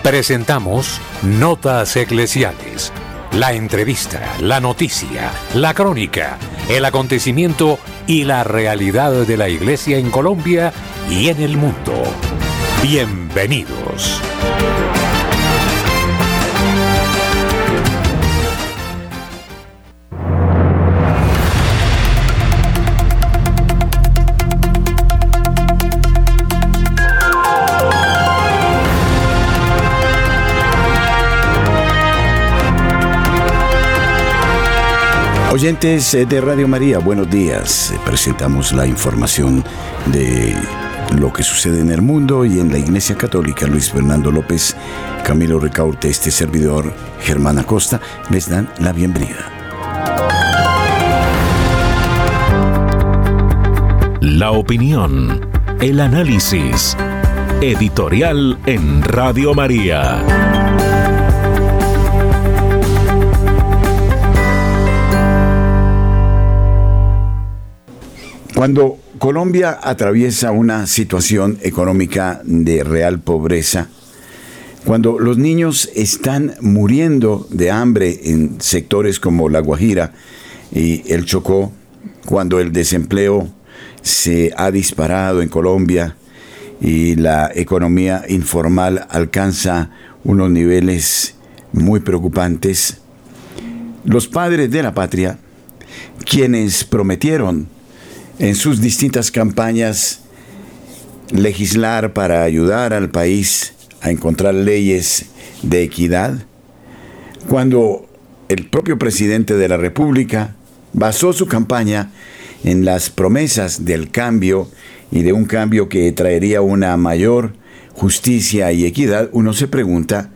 Presentamos Notas Eclesiales. La entrevista, la noticia, la crónica, el acontecimiento y la realidad de la Iglesia en Colombia y en el mundo. Bienvenidos. Oyentes de Radio María, buenos días. Presentamos la información de lo que sucede en el mundo y en la Iglesia Católica. Luis Fernando López, Camilo Ricaurte, este servidor, Germán Acosta, les dan la bienvenida. La opinión, el análisis, editorial en Radio María. Cuando Colombia atraviesa una situación económica de real pobreza, cuando los niños están muriendo de hambre en sectores como La Guajira y el Chocó, cuando el desempleo se ha disparado en Colombia y la economía informal alcanza unos niveles muy preocupantes, los padres de la patria, quienes prometieron en sus distintas campañas legislar para ayudar al país a encontrar leyes de equidad, cuando el propio presidente de la República basó su campaña en las promesas del cambio y de un cambio que traería una mayor justicia y equidad, uno se pregunta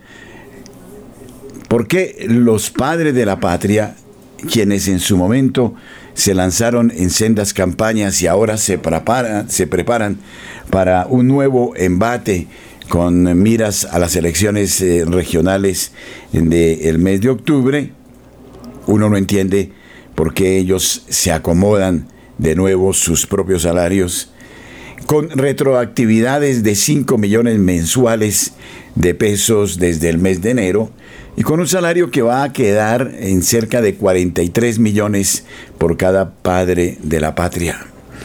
¿por qué los padres de la patria, quienes en su momento se lanzaron en sendas campañas y ahora se preparan para un nuevo embate con miras a las elecciones regionales del mes de octubre? Uno no entiende por qué ellos se acomodan de nuevo sus propios salarios con retroactividades de 5 millones mensuales de pesos desde el mes de enero y con un salario que va a quedar en cerca de 43 millones por cada padre de la patria.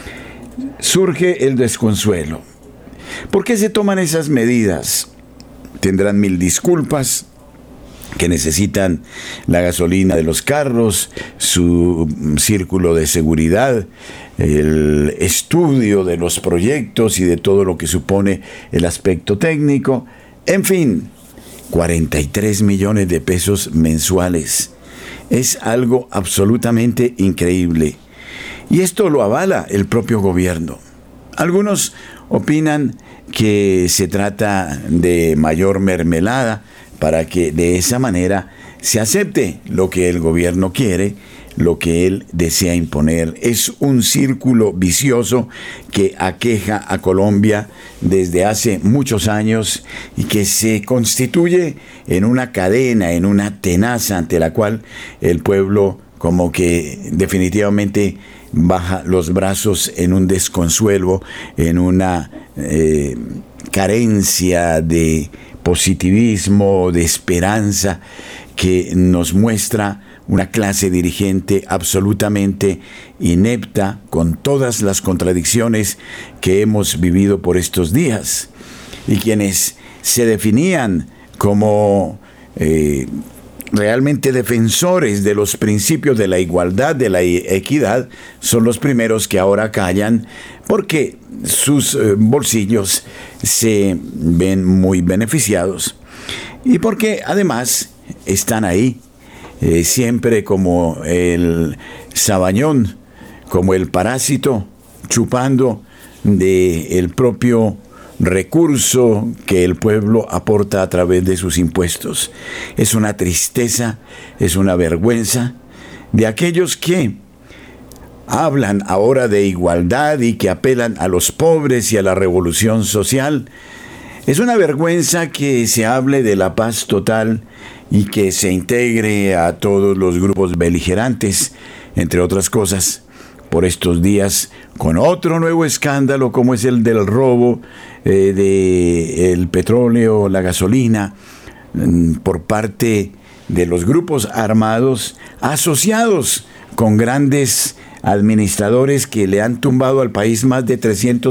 Surge el desconsuelo. ¿Por qué se toman esas medidas? Tendrán mil disculpas, que necesitan la gasolina de los carros, su círculo de seguridad, el estudio de los proyectos y de todo lo que supone el aspecto técnico, en fin, 43 millones de pesos mensuales. Es algo absolutamente increíble. Y esto lo avala el propio gobierno. Algunos opinan que se trata de mayor mermelada para que de esa manera se acepte lo que el gobierno quiere, lo que él desea imponer. Es un círculo vicioso que aqueja a Colombia desde hace muchos años y que se constituye en una cadena, en una tenaza ante la cual el pueblo como que definitivamente baja los brazos en un desconsuelo, en una carencia de positivismo, de esperanza que nos muestra una clase dirigente absolutamente inepta, con todas las contradicciones que hemos vivido por estos días. Y quienes se definían como realmente defensores de los principios de la igualdad, de la equidad, son los primeros que ahora callan porque sus bolsillos se ven muy beneficiados y porque además están ahí siempre como el sabañón, como el parásito, chupando del propio recurso que el pueblo aporta a través de sus impuestos. Es una tristeza, es una vergüenza de aquellos que hablan ahora de igualdad y que apelan a los pobres y a la revolución social. Es una vergüenza que se hable de la paz total y que se integre a todos los grupos beligerantes, entre otras cosas, por estos días con otro nuevo escándalo como es el del robo del petróleo, la gasolina, por parte de los grupos armados asociados con grandes administradores que le han tumbado al país más de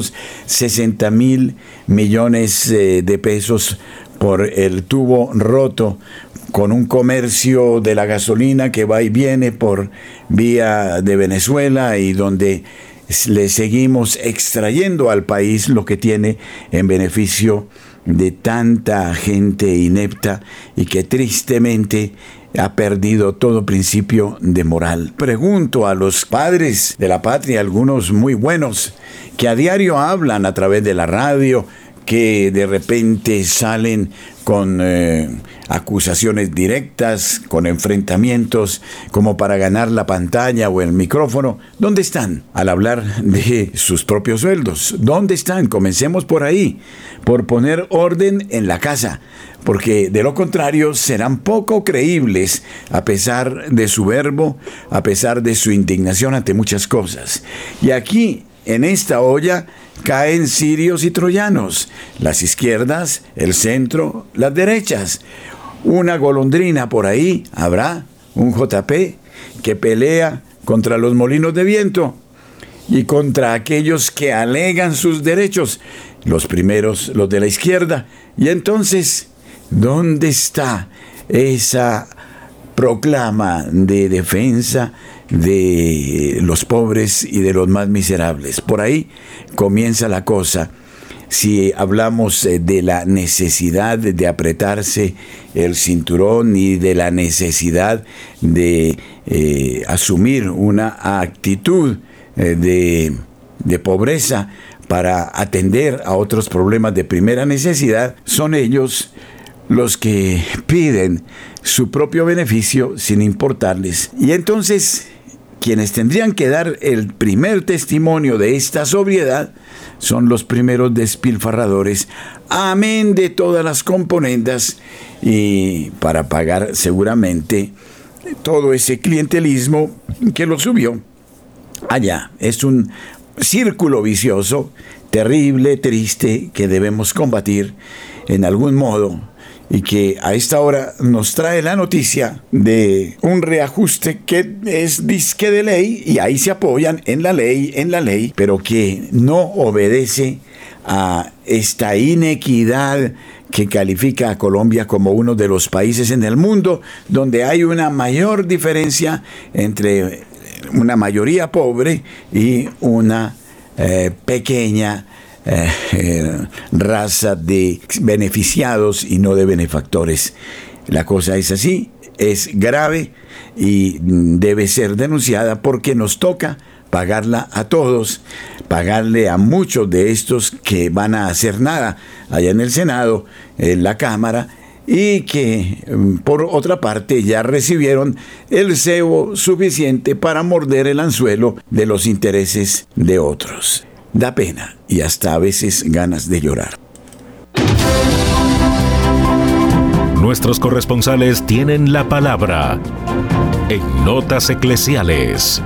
360.000 millones de pesos por el tubo roto, con un comercio de la gasolina que va y viene por vía de Venezuela y donde le seguimos extrayendo al país lo que tiene en beneficio de tanta gente inepta y que tristemente ha perdido todo principio de moral. Pregunto a los padres de la patria, algunos muy buenos, que a diario hablan a través de la radio, que de repente salen con acusaciones directas, con enfrentamientos como para ganar la pantalla o el micrófono. ¿Dónde están al hablar de sus propios sueldos? ¿Dónde están? Comencemos por ahí, por poner orden en la casa, porque de lo contrario serán poco creíbles a pesar de su verbo, a pesar de su indignación ante muchas cosas. Y aquí, en esta olla, caen sirios y troyanos, las izquierdas, el centro, las derechas. Una golondrina por ahí habrá, un JP, que pelea contra los molinos de viento y contra aquellos que alegan sus derechos, los primeros, los de la izquierda. Y entonces, ¿dónde está esa proclama de defensa de los pobres y de los más miserables? Por ahí comienza la cosa. Si hablamos de la necesidad de apretarse el cinturón y de la necesidad de asumir una actitud de pobreza para atender a otros problemas de primera necesidad, son ellos los que piden su propio beneficio sin importarles. Y entonces, quienes tendrían que dar el primer testimonio de esta sobriedad son los primeros despilfarradores, amén de todas las componendas, y para pagar seguramente todo ese clientelismo que lo subió allá. Es un círculo vicioso, terrible, triste, que debemos combatir en algún modo, y que a esta hora nos trae la noticia de un reajuste que es disque de ley, y ahí se apoyan en la ley, pero que no obedece a esta inequidad que califica a Colombia como uno de los países en el mundo donde hay una mayor diferencia entre una mayoría pobre y una pequeña raza de beneficiados y no de benefactores. La cosa es así, es grave y debe ser denunciada porque nos toca pagarla a todos, pagarle a muchos de estos que van a hacer nada allá en el Senado, en la Cámara, y que por otra parte ya recibieron el cebo suficiente para morder el anzuelo de los intereses de otros. Da pena y hasta a veces ganas de llorar. Nuestros corresponsales tienen la palabra en Notas Eclesiales.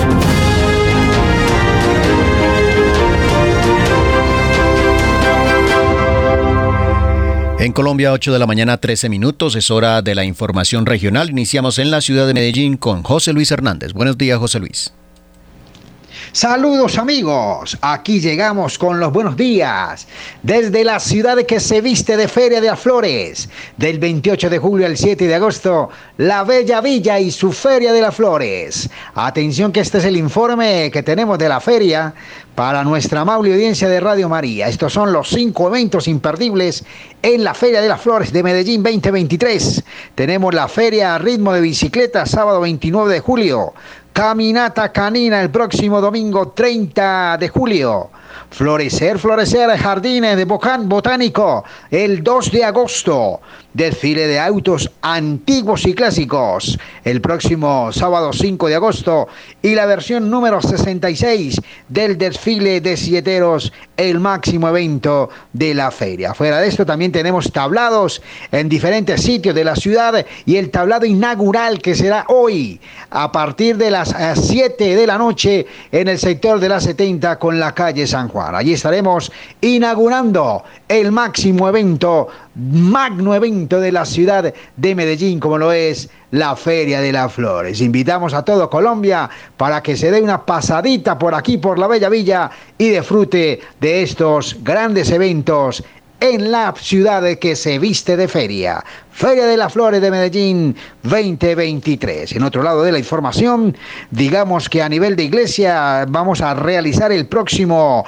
En Colombia, 8 de la mañana, 13 minutos, es hora de la información regional. Iniciamos en la ciudad de Medellín con José Luis Hernández. Buenos días, José Luis. Saludos amigos, aquí llegamos con los buenos días desde la ciudad que se viste de Feria de las Flores. Del 28 de julio al 7 de agosto, la Bella Villa y su Feria de las Flores. Atención que este es el informe que tenemos de la feria para nuestra amable audiencia de Radio María. Estos son los 5 eventos imperdibles en la Feria de las Flores de Medellín 2023. Tenemos la feria a ritmo de bicicleta sábado 29 de julio. Caminata canina el próximo domingo 30 de julio. Florecer, jardines de botánico, el 2 de agosto. Desfile de autos antiguos y clásicos el próximo sábado 5 de agosto y la versión número 66 del desfile de silleteros, el máximo evento de la feria. Fuera de esto también tenemos tablados en diferentes sitios de la ciudad y el tablado inaugural que será hoy a partir de las 7 de la noche en el sector de la 70 con la calle San Juan. Allí estaremos inaugurando el máximo evento, magno evento de la ciudad de Medellín, como lo es la Feria de las Flores. Invitamos a todo Colombia para que se dé una pasadita por aquí, por la Bella Villa, y disfrute de estos grandes eventos en la ciudad que se viste de feria. Feria de las Flores de Medellín 2023. En otro lado de la información, digamos que a nivel de iglesia vamos a realizar el próximo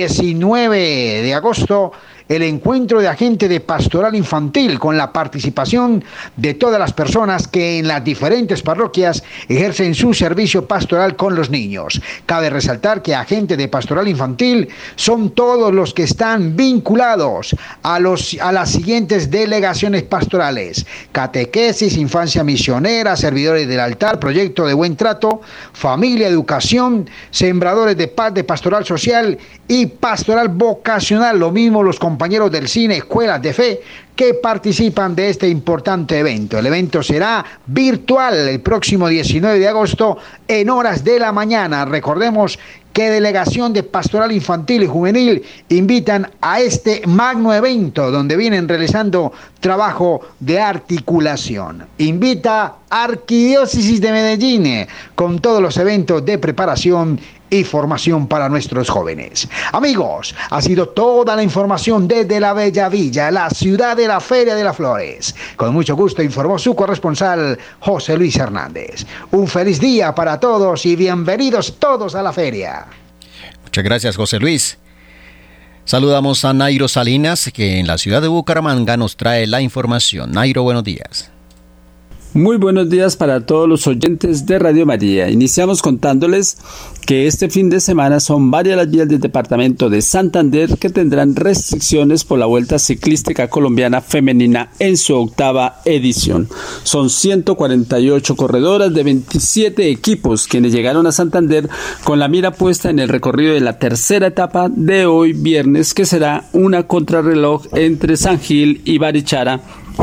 19 de agosto el encuentro de agente de pastoral infantil con la participación de todas las personas que en las diferentes parroquias ejercen su servicio pastoral con los niños. Cabe resaltar que agente de pastoral infantil son todos los que están vinculados a las siguientes delegaciones pastorales: catequesis, infancia misionera, servidores del altar, proyecto de buen trato, familia, educación, sembradores de paz, de pastoral social y pastoral vocacional. Lo mismo los compañeros del cine, escuelas de fe que participan de este importante evento. El evento será virtual el próximo 19 de agosto en horas de la mañana. Recordemos que Delegación de Pastoral Infantil y Juvenil invitan a este magno evento donde vienen realizando trabajo de articulación. Invita Arquidiócesis de Medellín con todos los eventos de preparación y formación para nuestros jóvenes. Amigos, ha sido toda la información desde la Bella Villa, la ciudad de la Feria de las Flores. Con mucho gusto informó su corresponsal José Luis Hernández. Un feliz día para todos y bienvenidos todos a la feria. Muchas gracias, José Luis. Saludamos a Nairo Salinas, que en la ciudad de Bucaramanga nos trae la información. Nairo, buenos días. Muy buenos días para todos los oyentes de Radio María. Iniciamos contándoles que este fin de semana son varias las vías del departamento de Santander que tendrán restricciones por la Vuelta Ciclística Colombiana Femenina en su 8ª edición. Son 148 corredoras de 27 equipos quienes llegaron a Santander con la mira puesta en el recorrido de la tercera etapa de hoy viernes, que será una contrarreloj entre San Gil y Barichara,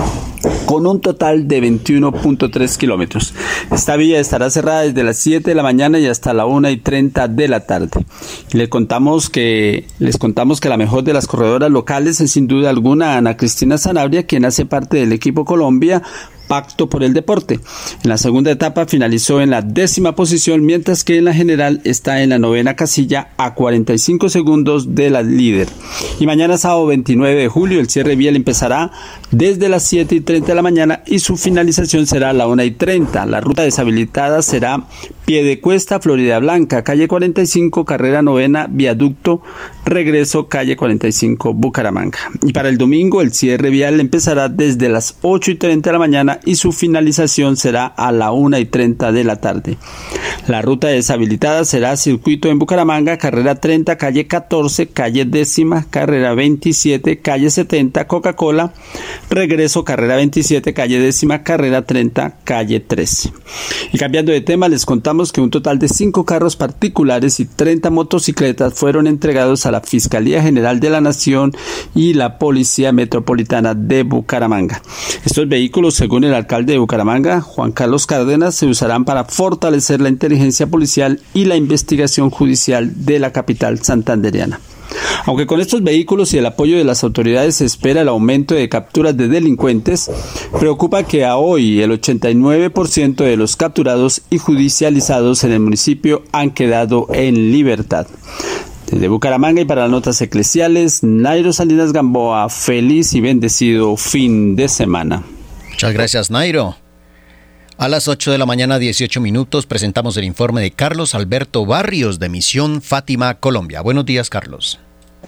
con un total de 21.3 kilómetros. Esta vía estará cerrada desde las 7 de la mañana y hasta la 1:30 de la tarde. Les contamos que la mejor de las corredoras locales es sin duda alguna Ana Cristina Sanabria, quien hace parte del equipo Colombia Pacto por el Deporte. En la segunda etapa finalizó en la 10ª posición, mientras que en la general está en la 9ª casilla a 45 segundos de la líder. Y mañana sábado 29 de julio el cierre vial empezará desde las 7:30 de la mañana y su finalización será a la 1:30. La ruta deshabilitada será Piedecuesta, Florida Blanca, calle 45, carrera 9ª, viaducto, regreso, calle 45, Bucaramanga. Y para el domingo el cierre vial empezará desde las 8:30 de la mañana y su finalización será a la 1:30 de la tarde. La ruta deshabilitada será circuito en Bucaramanga, carrera 30, calle 14, calle 10ª, carrera 27, calle 70, Coca-Cola, regreso, carrera 27, calle 10ª, carrera 30, calle 13. Y cambiando de tema, les contamos que un total de 5 carros particulares y 30 motocicletas fueron entregados a la Fiscalía General de la Nación y la Policía Metropolitana de Bucaramanga. Estos vehículos, según el alcalde de Bucaramanga, Juan Carlos Cárdenas, se usarán para fortalecer la inteligencia policial y la investigación judicial de la capital santandereana. Aunque con estos vehículos y el apoyo de las autoridades se espera el aumento de capturas de delincuentes, preocupa que a hoy el 89% de los capturados y judicializados en el municipio han quedado en libertad. Desde Bucaramanga y para las notas eclesiales, Nairo Salinas Gamboa, feliz y bendecido fin de semana. Muchas gracias, Nairo. A las 8 de la mañana, 18 minutos, presentamos el informe de Carlos Alberto Barrios de Misión Fátima, Colombia. Buenos días, Carlos.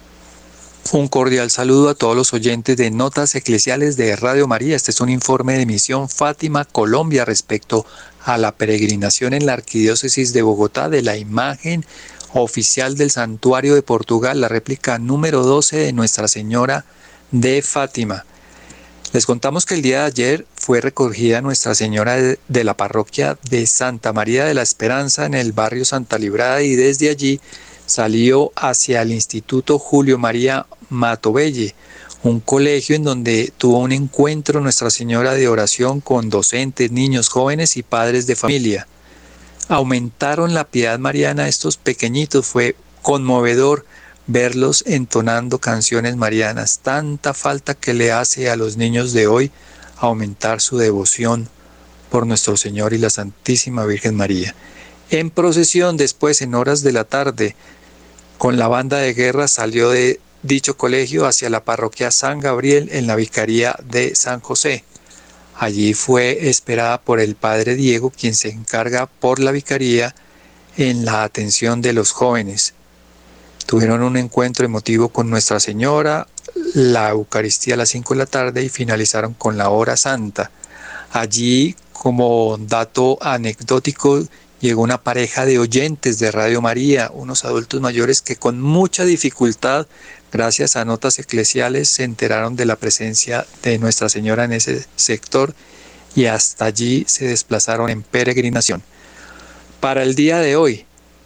Un cordial saludo a todos los oyentes de Notas Eclesiales de Radio María. Este es un informe de Misión Fátima, Colombia, respecto a la peregrinación en la Arquidiócesis de Bogotá de la imagen oficial del Santuario de Portugal, la réplica número 12 de Nuestra Señora de Fátima. Les contamos que el día de ayer fue recogida Nuestra Señora de la parroquia de Santa María de la Esperanza en el barrio Santa Librada, y desde allí salió hacia el Instituto Julio María Matobelle, un colegio en donde tuvo un encuentro Nuestra Señora de oración con docentes, niños, jóvenes y padres de familia. Aumentaron la piedad mariana estos pequeñitos, fue conmovedor verlos entonando canciones marianas. Tanta falta que le hace a los niños de hoy aumentar su devoción por nuestro Señor y la Santísima Virgen María. En procesión, después, en horas de la tarde, con la banda de guerra salió de dicho colegio hacia la parroquia San Gabriel en la vicaría de San José. Allí fue esperada por el padre Diego, quien se encarga por la vicaría en la atención de los jóvenes. Tuvieron un encuentro emotivo con Nuestra Señora, la Eucaristía a las 5 de la tarde y finalizaron con la hora santa. Allí, como dato anecdótico, llegó una pareja de oyentes de Radio María, unos adultos mayores que con mucha dificultad, gracias a notas eclesiales, se enteraron de la presencia de Nuestra Señora en ese sector y hasta allí se desplazaron en peregrinación. Para el día de hoy,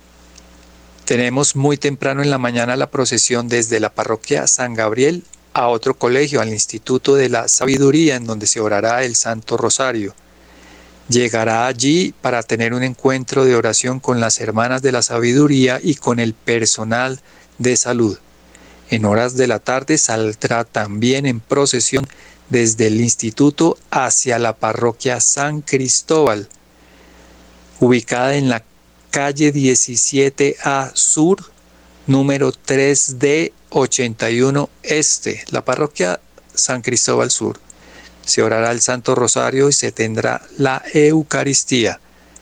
tenemos muy temprano en la mañana la procesión desde la parroquia San Gabriel a otro colegio, al Instituto de la Sabiduría, en donde se orará el Santo Rosario. Llegará allí para tener un encuentro de oración con las hermanas de la sabiduría y con el personal de salud. En horas de la tarde saldrá también en procesión desde el instituto hacia la parroquia San Cristóbal, ubicada en la calle 17A Sur, número 3D 81 Este, la parroquia San Cristóbal Sur. Se orará el Santo Rosario y se tendrá la Eucaristía.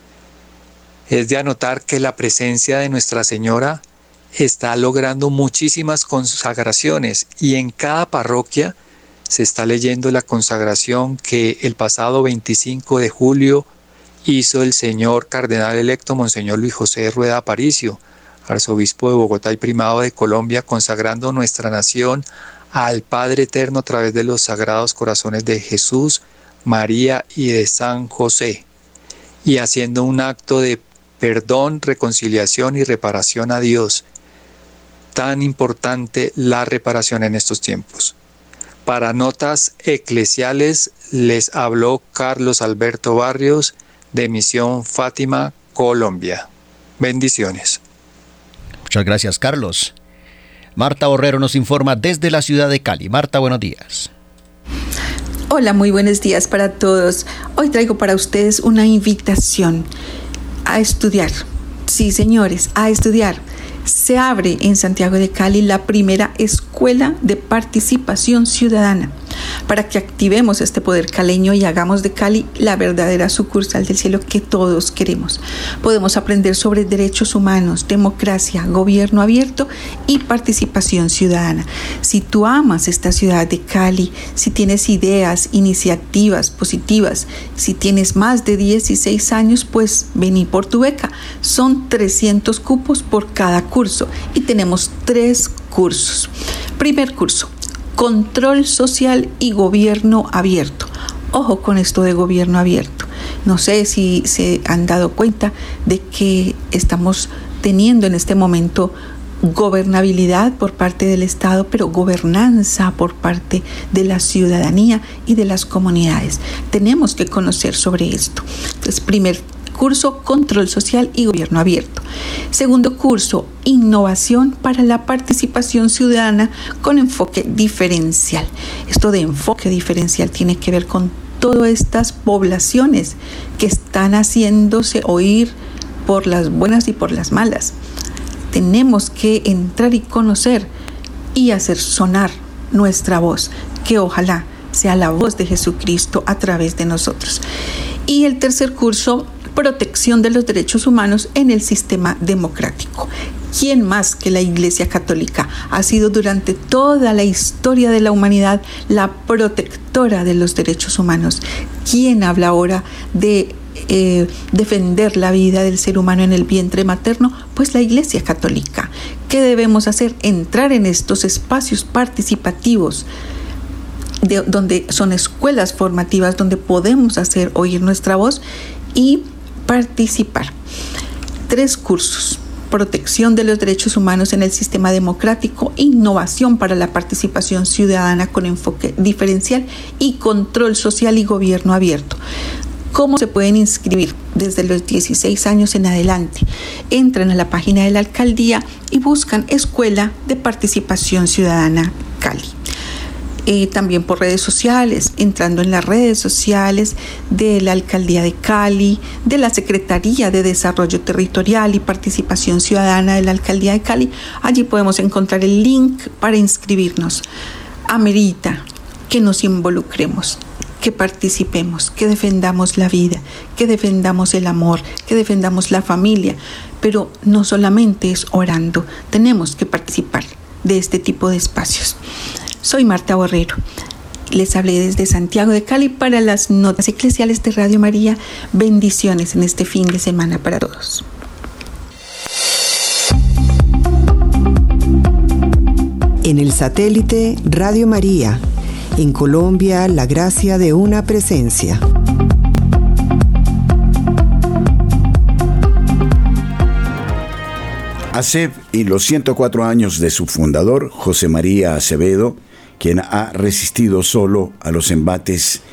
Es de anotar que la presencia de Nuestra Señora está logrando muchísimas consagraciones y en cada parroquia se está leyendo la consagración que el pasado 25 de julio hizo el señor cardenal electo Monseñor Luis José Rueda Aparicio, arzobispo de Bogotá y primado de Colombia, consagrando nuestra nación al Padre Eterno a través de los sagrados corazones de Jesús, María y de San José, y haciendo un acto de perdón, reconciliación y reparación a Dios. Tan importante la reparación en estos tiempos. Para Notas Eclesiales les habló Carlos Alberto Barrios de Misión Fátima, Colombia. Bendiciones. Muchas gracias, Carlos. Marta Borrero nos informa desde la ciudad de Cali. Marta, buenos días. Hola, muy buenos días para todos. Hoy traigo para ustedes una invitación a estudiar. Sí, señores, a estudiar. Se abre en Santiago de Cali la primera escuela de participación ciudadana para que activemos este poder caleño y hagamos de Cali la verdadera sucursal del cielo que todos queremos. Podemos aprender sobre derechos humanos, democracia, gobierno abierto y participación ciudadana. Si tú amas esta ciudad de Cali, si tienes ideas, iniciativas positivas, si tienes más de 16 años, pues vení por tu beca. Son 300 cupos por cada curso y tenemos 3 cursos. Primer curso: Control Social y Gobierno Abierto. Ojo con esto de gobierno abierto. No sé si se han dado cuenta de que estamos teniendo en este momento gobernabilidad por parte del Estado, pero gobernanza por parte de la ciudadanía y de las comunidades. Tenemos que conocer sobre esto. Entonces, primer curso, Control Social y Gobierno Abierto. Segundo curso, Innovación para la Participación Ciudadana con enfoque diferencial. Esto de enfoque diferencial tiene que ver con todas estas poblaciones que están haciéndose oír por las buenas y por las malas. Tenemos que entrar y conocer y hacer sonar nuestra voz, que ojalá sea la voz de Jesucristo a través de nosotros. Y el tercer curso, Protección de los derechos humanos en el sistema democrático. ¿Quién más que la Iglesia Católica ha sido durante toda la historia de la humanidad la protectora de los derechos humanos? ¿Quién habla ahora de defender la vida del ser humano en el vientre materno? Pues la Iglesia Católica. ¿Qué debemos hacer? Entrar en estos espacios participativos, donde son escuelas formativas, donde podemos hacer oír nuestra voz y participar. 3 cursos: protección de los derechos humanos en el sistema democrático, innovación para la participación ciudadana con enfoque diferencial y control social y gobierno abierto. ¿Cómo se pueden inscribir? Desde los 16 años en adelante. Entran a la página de la alcaldía y buscan Escuela de Participación Ciudadana Cali. También por redes sociales, entrando en las redes sociales de la Alcaldía de Cali, de la Secretaría de Desarrollo Territorial y Participación Ciudadana de la Alcaldía de Cali. Allí podemos encontrar el link para inscribirnos. Amerita que nos involucremos, que participemos, que defendamos la vida, que defendamos el amor, que defendamos la familia. Pero no solamente es orando, tenemos que participar de este tipo de espacios. Soy Marta Borrero. Les hablé desde Santiago de Cali para las notas eclesiales de Radio María. Bendiciones en este fin de semana para todos. En el satélite Radio María, en Colombia, la gracia de una presencia. ASEP y los 104 años de su fundador, José María Acevedo, quien ha resistido solo a los embates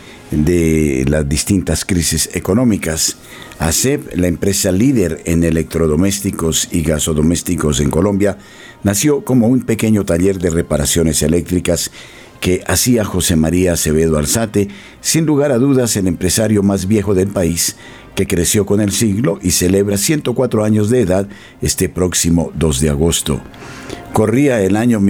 de las distintas crisis económicas. ASEP, la empresa líder en electrodomésticos y gasodomésticos en Colombia, nació como un pequeño taller de reparaciones eléctricas que hacía José María Acevedo Alzate, sin lugar a dudas el empresario más viejo del país, que creció con el siglo y celebra 104 años de edad este próximo 2 de agosto. Corría el año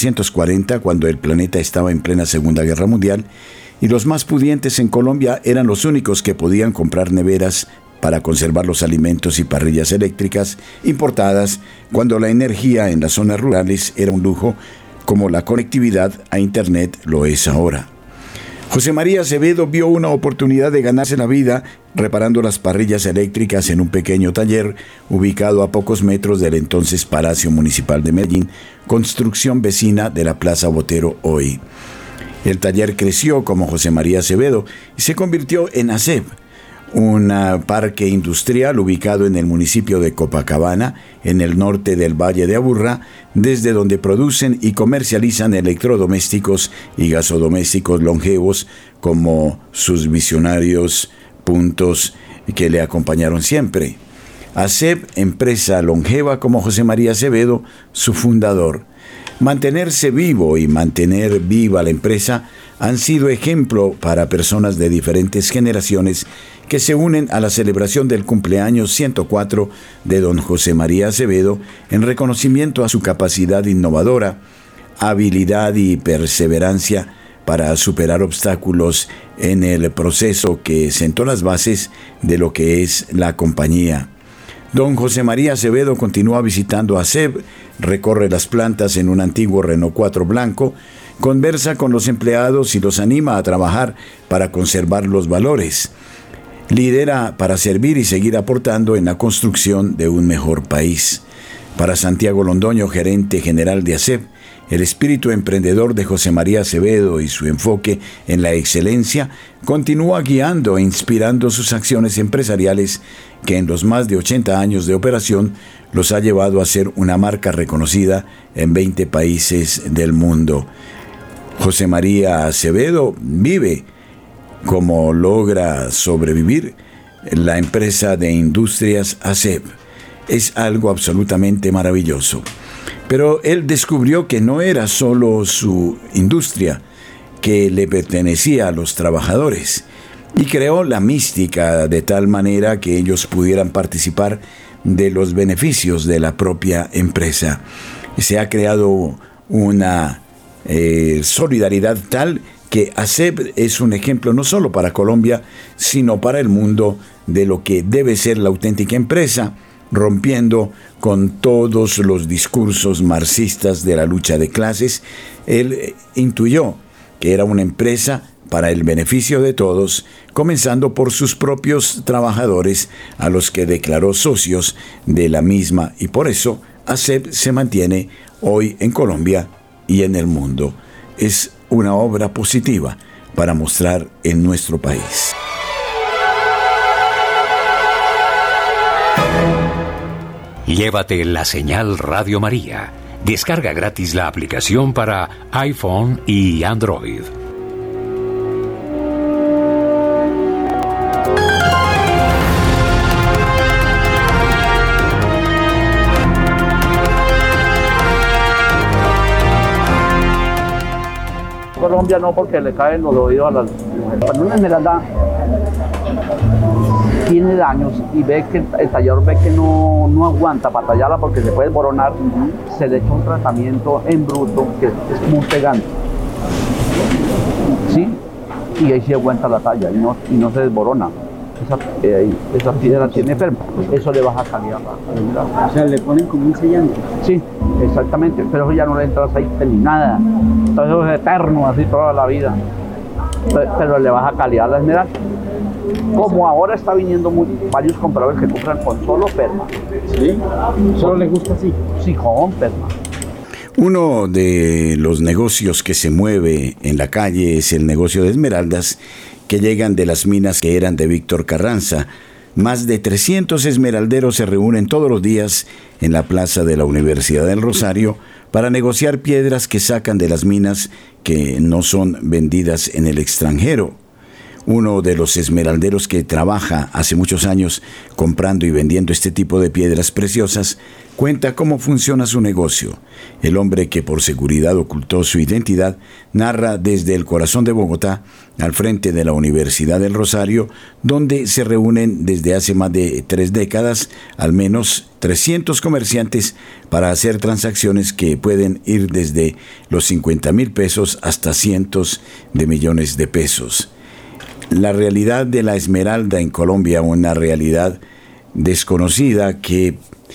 1940, cuando el planeta estaba en plena Segunda Guerra Mundial, y los más pudientes en Colombia eran los únicos que podían comprar neveras para conservar los alimentos y parrillas eléctricas importadas, cuando la energía en las zonas rurales era un lujo, como la conectividad a Internet lo es ahora. José María Acevedo vio una oportunidad de ganarse la vida reparando las parrillas eléctricas en un pequeño taller ubicado a pocos metros del entonces Palacio Municipal de Medellín, construcción vecina de la Plaza Botero hoy. El taller creció como José María Acevedo y se convirtió en ASEP, un parque industrial ubicado en el municipio de Copacabana, en el norte del Valle de Aburrá, desde donde producen y comercializan electrodomésticos y gasodomésticos longevos como sus visionarios puntos que le acompañaron siempre. ASEP, empresa longeva como José María Acevedo, su fundador. Mantenerse vivo y mantener viva la empresa han sido ejemplo para personas de diferentes generaciones que se unen a la celebración del cumpleaños 104 de don José María Acevedo en reconocimiento a su capacidad innovadora, habilidad y perseverancia para superar obstáculos en el proceso que sentó las bases de lo que es la compañía. Don José María Acevedo continúa visitando ASEP, recorre las plantas en un antiguo Renault 4 blanco, conversa con los empleados y los anima a trabajar para conservar los valores. Lidera para servir y seguir aportando en la construcción de un mejor país. Para Santiago Londoño, gerente general de ASEP, el espíritu emprendedor de José María Acevedo y su enfoque en la excelencia continúa guiando e inspirando sus acciones empresariales que en los más de 80 años de operación los ha llevado a ser una marca reconocida en 20 países del mundo. José María Acevedo vive como logra sobrevivir la empresa de industrias ASEP. Es algo absolutamente maravilloso. Pero él descubrió que no era solo su industria, que le pertenecía a los trabajadores, y creó la mística de tal manera que ellos pudieran participar de los beneficios de la propia empresa. Se ha creado una solidaridad tal que ASEP es un ejemplo no solo para Colombia, sino para el mundo de lo que debe ser la auténtica empresa, rompiendo con todos los discursos marxistas de la lucha de clases. Él intuyó que era una empresa para el beneficio de todos, comenzando por sus propios trabajadores, a los que declaró socios de la misma, y por eso ASEP se mantiene hoy en Colombia y en el mundo. Es una obra positiva para mostrar en nuestro país. Llévate la señal Radio María. Descarga gratis la aplicación para iPhone y Android. Colombia no, porque le caen los oídos a las mujeres. Cuando una esmeralda tiene daños y ve que el tallador ve que no aguanta para tallarla porque se puede desboronar, se le echa un tratamiento en bruto que es como un pegante, ¿sí? Y ahí sí aguanta la talla y no se desborona. Esa piedra tiene enferma, eso le baja calidad. O sea, le ponen como un sellante. Sí, exactamente, pero eso ya no le entra aceite ni nada. Entonces eso es eterno, así toda la vida. Pero le baja calidad a la esmeralda. Como ahora está viniendo varios compradores que compran con solo perma. ¿Sí? ¿Solo les gusta así? Sí, con perma. Uno de los negocios que se mueve en la calle es el negocio de esmeraldas que llegan de las minas que eran de Víctor Carranza. Más de 300 esmeralderos se reúnen todos los días en la plaza de la Universidad del Rosario para negociar piedras que sacan de las minas que no son vendidas en el extranjero. Uno de los esmeralderos que trabaja hace muchos años comprando y vendiendo este tipo de piedras preciosas cuenta cómo funciona su negocio. El hombre, que por seguridad ocultó su identidad, narra desde el corazón de Bogotá, al frente de la Universidad del Rosario, donde se reúnen desde hace más de 3 décadas al menos 300 comerciantes para hacer transacciones que pueden ir desde los 50,000 pesos hasta cientos de millones de pesos. La realidad de la esmeralda en Colombia, una realidad desconocida que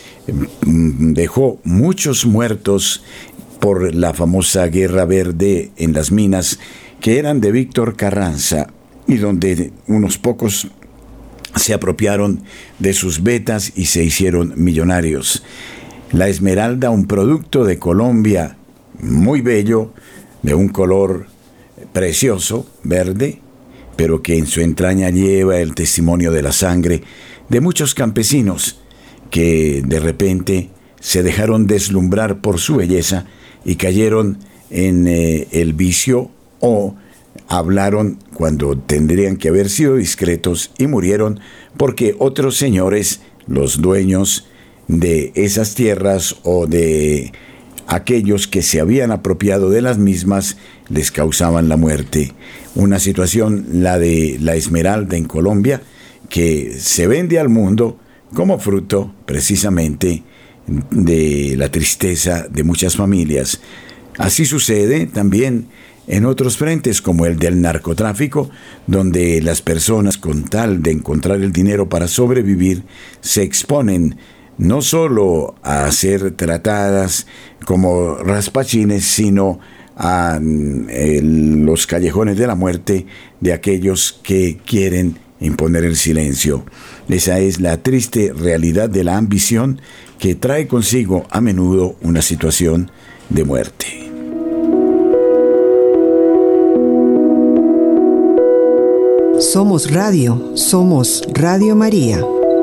dejó muchos muertos por la famosa Guerra Verde en las minas que eran de Víctor Carranza y donde unos pocos se apropiaron de sus vetas y se hicieron millonarios. La esmeralda, un producto de Colombia muy bello, de un color precioso, verde, pero que en su entraña lleva el testimonio de la sangre de muchos campesinos que de repente se dejaron deslumbrar por su belleza y cayeron en el vicio o hablaron cuando tendrían que haber sido discretos y murieron porque otros señores, los dueños de esas tierras o de aquellos que se habían apropiado de las mismas, les causaban la muerte. Una situación, la de la esmeralda en Colombia, que se vende al mundo como fruto precisamente de la tristeza de muchas familias. Así sucede también en otros frentes como el del narcotráfico, donde las personas, con tal de encontrar el dinero para sobrevivir, se exponen no solo a ser tratadas como raspachines, sino a los callejones de la muerte de aquellos que quieren imponer el silencio. Esa es la triste realidad de la ambición que trae consigo a menudo una situación de muerte. Somos Radio María.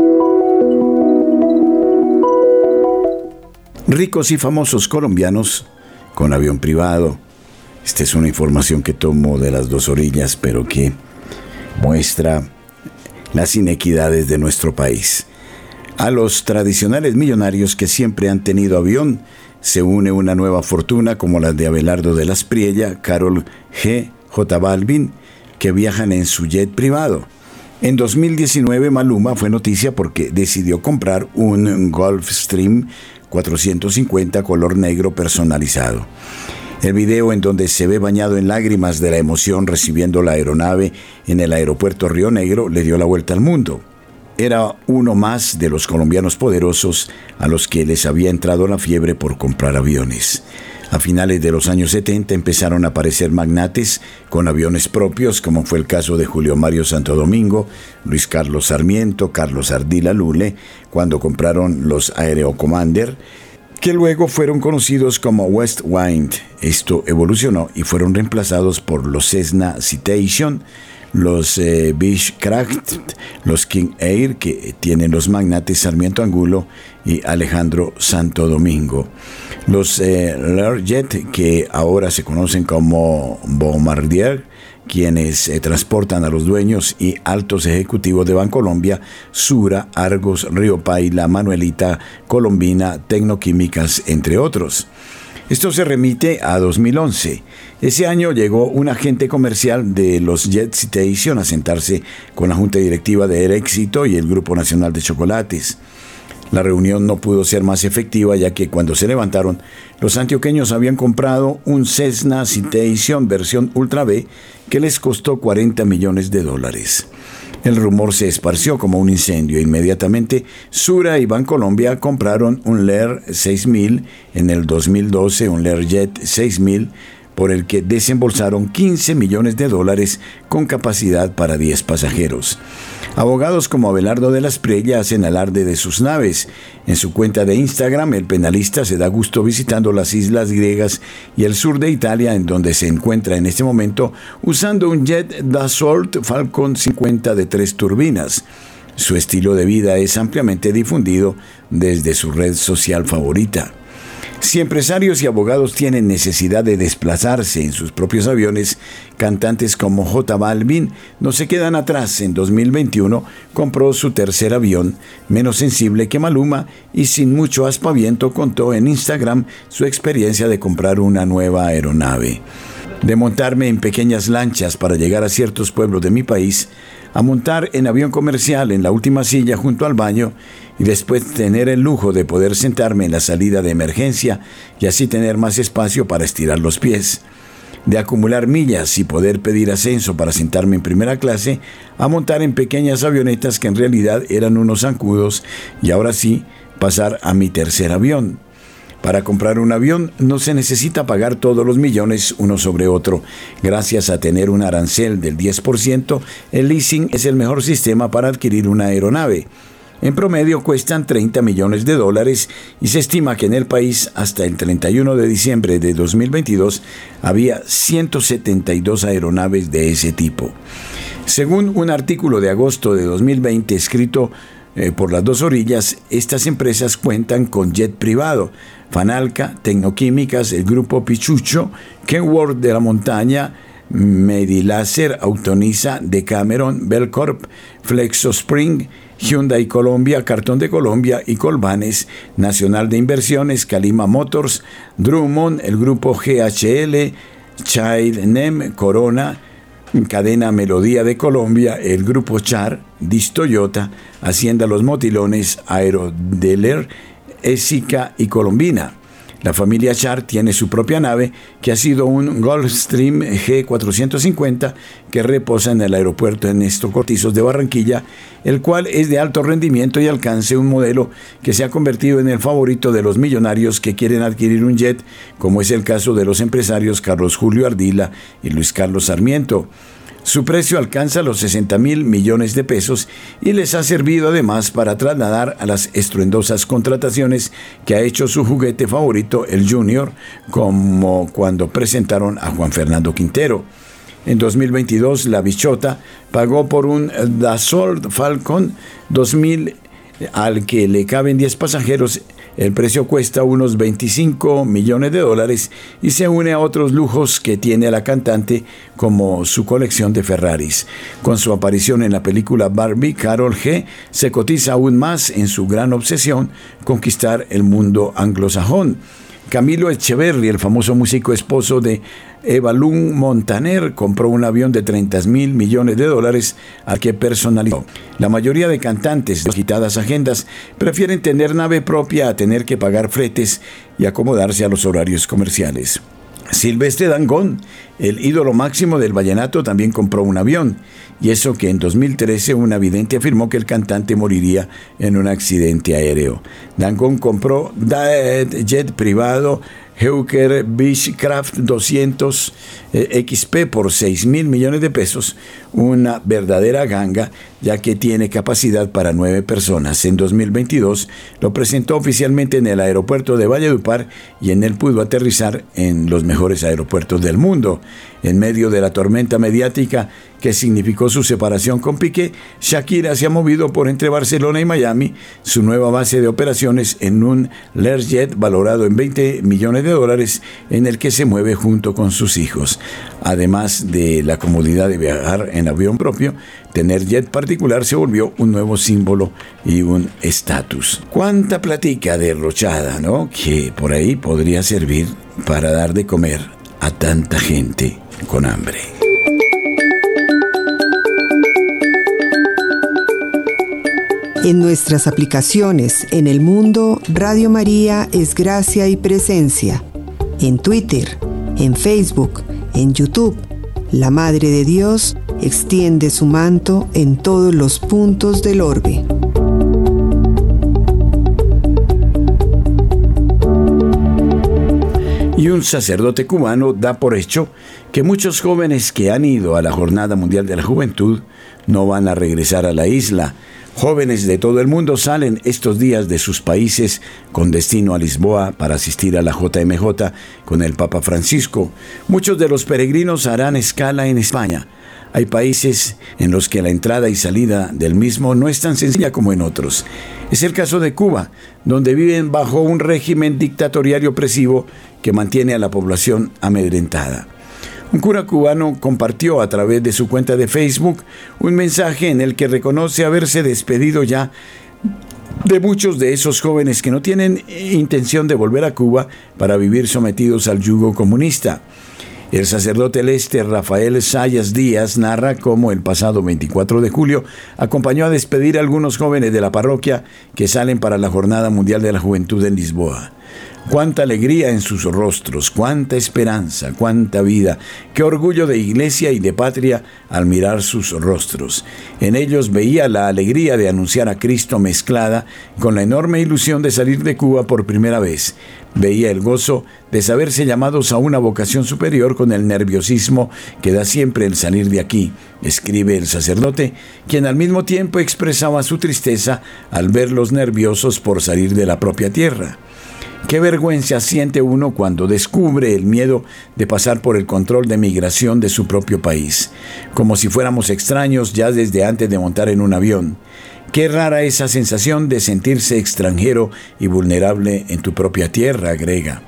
Ricos y famosos colombianos con avión privado. Esta es una información que tomo de las dos orillas, pero que muestra las inequidades de nuestro país. A los tradicionales millonarios que siempre han tenido avión se une una nueva fortuna como la de Abelardo de las Priella, Karol G. J. Balvin, que viajan en su jet privado. En 2019 Maluma fue noticia porque decidió comprar un Gulfstream 450 color negro personalizado. El video, en donde se ve bañado en lágrimas de la emoción recibiendo la aeronave en el aeropuerto Río Negro, le dio la vuelta al mundo. Era uno más de los colombianos poderosos a los que les había entrado la fiebre por comprar aviones. A finales de los años 70 empezaron a aparecer magnates con aviones propios, como fue el caso de Julio Mario Santo Domingo, Luis Carlos Sarmiento, Carlos Ardila Lule, cuando compraron los Aero Commander, que luego fueron conocidos como West Wind. Esto evolucionó y fueron reemplazados por los Cessna Citation, los Beechcraft, los King Air, que tienen los magnates Sarmiento Angulo y Alejandro Santo Domingo. Los Learjet, que ahora se conocen como Bombardier, quienes transportan a los dueños y altos ejecutivos de Bancolombia, Sura, Argos, Río Paila, Manuelita, Colombina, Tecnoquímicas, entre otros. Esto se remite a 2011. Ese año llegó un agente comercial de los Jet Citation a sentarse con la junta directiva de El Éxito y el Grupo Nacional de Chocolates. La reunión no pudo ser más efectiva, ya que cuando se levantaron, los antioqueños habían comprado un Cessna Citation versión Ultra B que les costó $40 millones. El rumor se esparció como un incendio e inmediatamente Sura y Bancolombia compraron un Lear 6000, en el 2012 un Learjet 6000, por el que desembolsaron $15 millones con capacidad para 10 pasajeros. Abogados como Abelardo de la Espriella hacen alarde de sus naves. En su cuenta de Instagram, el penalista se da gusto visitando las islas griegas y el sur de Italia, en donde se encuentra en este momento usando un jet Dassault Falcon 50 de 3 turbinas. Su estilo de vida es ampliamente difundido desde su red social favorita. Si empresarios y abogados tienen necesidad de desplazarse en sus propios aviones, cantantes como J Balvin no se quedan atrás. En 2021 compró su tercer avión, menos sensible que Maluma, y sin mucho aspaviento contó en Instagram su experiencia de comprar una nueva aeronave. De montarme en pequeñas lanchas para llegar a ciertos pueblos de mi país, a montar en avión comercial en la última silla junto al baño y después tener el lujo de poder sentarme en la salida de emergencia y así tener más espacio para estirar los pies. De acumular millas y poder pedir ascenso para sentarme en primera clase, a montar en pequeñas avionetas que en realidad eran unos zancudos y ahora sí pasar a mi tercer avión. Para comprar un avión no se necesita pagar todos los millones uno sobre otro. Gracias a tener un arancel del 10%, el leasing es el mejor sistema para adquirir una aeronave. En promedio cuestan $30 millones y se estima que en el país hasta el 31 de diciembre de 2022 había 172 aeronaves de ese tipo. Según un artículo de agosto de 2020 escrito por las dos orillas, estas empresas cuentan con jet privado. Fanalca, Tecnoquímicas, el Grupo Pichucho, Kenworth de la Montaña, Mediláser, Autonisa, Decameron, Belcorp, Flexo Spring, Hyundai Colombia, Cartón de Colombia y Colbanes, Nacional de Inversiones, Calima Motors, Drummond, el Grupo GHL, Child Nem, Corona, Cadena Melodía de Colombia, el Grupo Char, Dis Toyota, Hacienda Los Motilones, Aerodeler, Ésica y Colombina. La familia Char tiene su propia nave, que ha sido un Gulfstream G450 que reposa en el aeropuerto Ernesto Cortizos de Barranquilla, el cual es de alto rendimiento y alcance, un modelo que se ha convertido en el favorito de los millonarios que quieren adquirir un jet, como es el caso de los empresarios Carlos Julio Ardila y Luis Carlos Sarmiento. Su precio alcanza los $60.000 millones y les ha servido además para trasladar a las estruendosas contrataciones que ha hecho su juguete favorito, el Junior, como cuando presentaron a Juan Fernando Quintero. En 2022, la Bichota pagó por un Dassault Falcon 2000 al que le caben 10 pasajeros. El precio cuesta unos $25 millones y se une a otros lujos que tiene la cantante, como su colección de Ferraris. Con su aparición en la película Barbie, Karol G se cotiza aún más en su gran obsesión conquistar el mundo anglosajón. Camilo Echeverry, el famoso músico esposo de Eva Lynn Montaner, compró un avión de $30.000 millones al que personalizó. La mayoría de cantantes de agitadas agendas prefieren tener nave propia a tener que pagar fretes y acomodarse a los horarios comerciales. Silvestre Dangond, el ídolo máximo del vallenato, también compró un avión, y eso que en 2013 un vidente afirmó que el cantante moriría en un accidente aéreo. Dangond compró jet privado Hawker Beechcraft 200 XP por 6.000 millones de pesos, una verdadera ganga, ya que tiene capacidad para 9 personas. En 2022 lo presentó oficialmente en el aeropuerto de Valledupar y en él pudo aterrizar en los mejores aeropuertos del mundo. En medio de la tormenta mediática que significó su separación con Piqué, Shakira se ha movido por entre Barcelona y Miami, su nueva base de operaciones, en un Learjet valorado en $20 millones, en el que se mueve junto con sus hijos. Además de la comodidad de viajar en avión propio, tener jet particular se volvió un nuevo símbolo y un estatus. Cuánta platica derrochada, ¿no?, que por ahí podría servir para dar de comer a tanta gente con hambre. En nuestras aplicaciones en el mundo, Radio María es gracia y presencia. En Twitter, en Facebook, en YouTube, la Madre de Dios extiende su manto en todos los puntos del orbe. Y un sacerdote cubano da por hecho que muchos jóvenes que han ido a la Jornada Mundial de la Juventud no van a regresar a la isla. Jóvenes de todo el mundo salen estos días de sus países con destino a Lisboa para asistir a la JMJ con el Papa Francisco. Muchos de los peregrinos harán escala en España. Hay países en los que la entrada y salida del mismo no es tan sencilla como en otros. Es el caso de Cuba, donde viven bajo un régimen dictatorial y opresivo que mantiene a la población amedrentada. Un cura cubano compartió a través de su cuenta de Facebook un mensaje en el que reconoce haberse despedido ya de muchos de esos jóvenes que no tienen intención de volver a Cuba para vivir sometidos al yugo comunista. El sacerdote Lester Rafael Sayas Díaz narra cómo el pasado 24 de julio acompañó a despedir a algunos jóvenes de la parroquia que salen para la Jornada Mundial de la Juventud en Lisboa. Cuánta alegría en sus rostros, cuánta esperanza, cuánta vida, qué orgullo de iglesia y de patria al mirar sus rostros. En ellos veía la alegría de anunciar a Cristo mezclada con la enorme ilusión de salir de Cuba por primera vez. Veía el gozo de saberse llamados a una vocación superior con el nerviosismo que da siempre el salir de aquí, escribe el sacerdote, quien al mismo tiempo expresaba su tristeza al verlos nerviosos por salir de la propia tierra. Qué vergüenza siente uno cuando descubre el miedo de pasar por el control de migración de su propio país, como si fuéramos extraños ya desde antes de montar en un avión. Qué rara esa sensación de sentirse extranjero y vulnerable en tu propia tierra, agrega.